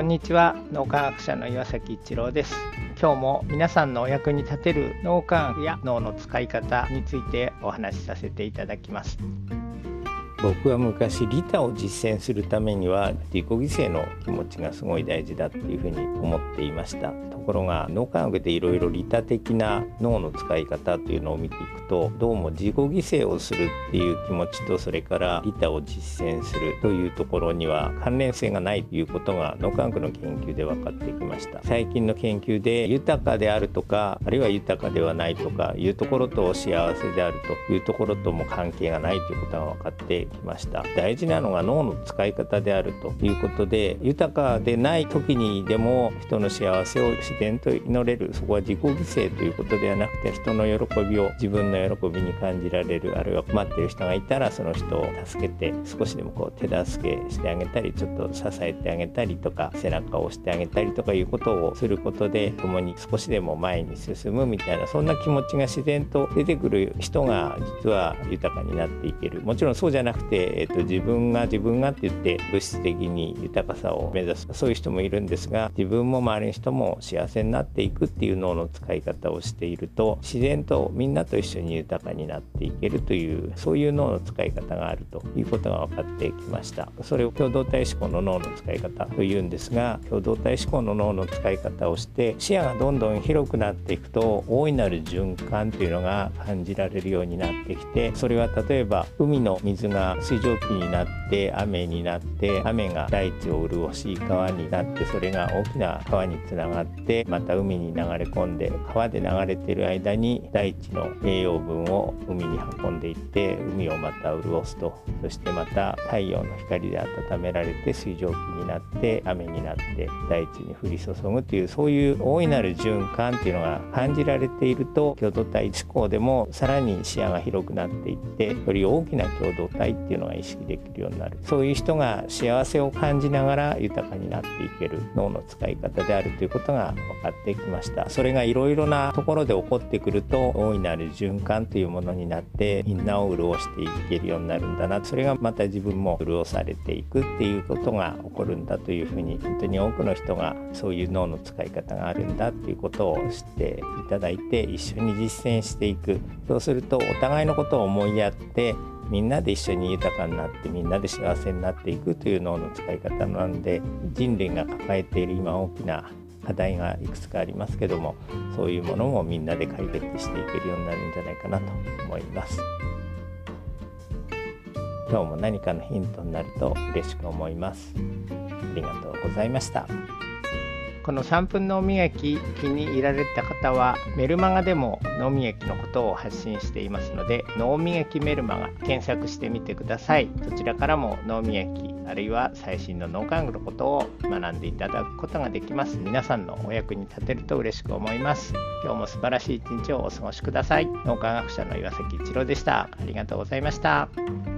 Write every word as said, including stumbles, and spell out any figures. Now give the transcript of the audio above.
こんにちは。脳科学者の岩崎一郎です。今日も皆さんのお役に立てる脳科学や脳の使い方についてお話しさせていただきます。僕は昔利他を実践するためには自己犠牲の気持ちがすごい大事だっていうふうに思っていました。ところが脳科学でいろいろ利他的な脳の使い方というのを見ていくと、どうも自己犠牲をするっていう気持ちと、それから利他を実践するというところには関連性がないということが脳科学の研究で分かってきました。最近の研究で豊かであるとか、あるいは豊かではないとかいうところと幸せであるというところとも関係がないということが分かってきました。大事なのが脳の使い方であるということで、豊かでない時にでも人の幸せを自然と祈れる、そこは自己犠牲ということではなくて、人の喜びを自分の喜びに感じられる、あるいは困っている人がいたらその人を助けて、少しでもこう手助けしてあげたり、ちょっと支えてあげたりとか、背中を押してあげたりとかいうことをすることで、共に少しでも前に進むみたいな、そんな気持ちが自然と出てくる人が実は豊かになっていける。もちろんそうじゃなくて、えー、と自分が自分がって言って物質的に豊かさを目指す、そういう人もいるんですが、自分も周りの人も幸せになっていくっていう脳の使い方をしていると、自然とみんなと一緒に豊かになっていけるという、そういう脳の使い方があるということが分かってきました。それを共同体思考の脳の使い方というんですが、共同体思考の脳の使い方をして視野がどんどん広くなっていくと、大いなる循環というのが感じられるようになってきて、それは例えば海の水が水蒸気になって雨になって、雨が大地を潤し川になって、それが大きな川につながってまた海に流れ込んで、川で流れている間に大地の栄養分を海に運んでいって、海をまた潤すと、そしてまた太陽の光で温められて水蒸気になって雨になって大地に降り注ぐという、そういう大いなる循環というのが感じられていると、共同体思考でもさらに視野が広くなっていって、より大きな共同体っていうのが意識できるようになる。そういう人が幸せを感じながら豊かになっていける脳の使い方であるということが分かってきました。それがいろいろなところで起こってくると、大いなる循環というものになってみんなを潤していけるようになるんだな、それがまた自分も潤されていくっていうことが起こるんだというふうに、本当に多くの人がそういう脳の使い方があるんだっていうことを知っていただいて、一緒に実践していく。そうするとお互いのことを思いやって、みんなで一緒に豊かになって、みんなで幸せになっていくという脳の使い方なので、人類が抱えている今大きな課題がいくつかありますけども、そういうものもみんなで解決していけるようになるんじゃないかなと思います。今日も何かのヒントになると嬉しく思います。ありがとうございました。このさんぷん脳磨き気に入られた方は、メルマガでも脳磨きのことを発信していますので、脳磨きメルマガ検索してみてください。どちらからも脳磨き、あるいは最新の脳科学のことを学んでいただくことができます。皆さんのお役に立てると嬉しく思います。今日も素晴らしい一日をお過ごしください。脳科学者の岩崎一郎でした。ありがとうございました。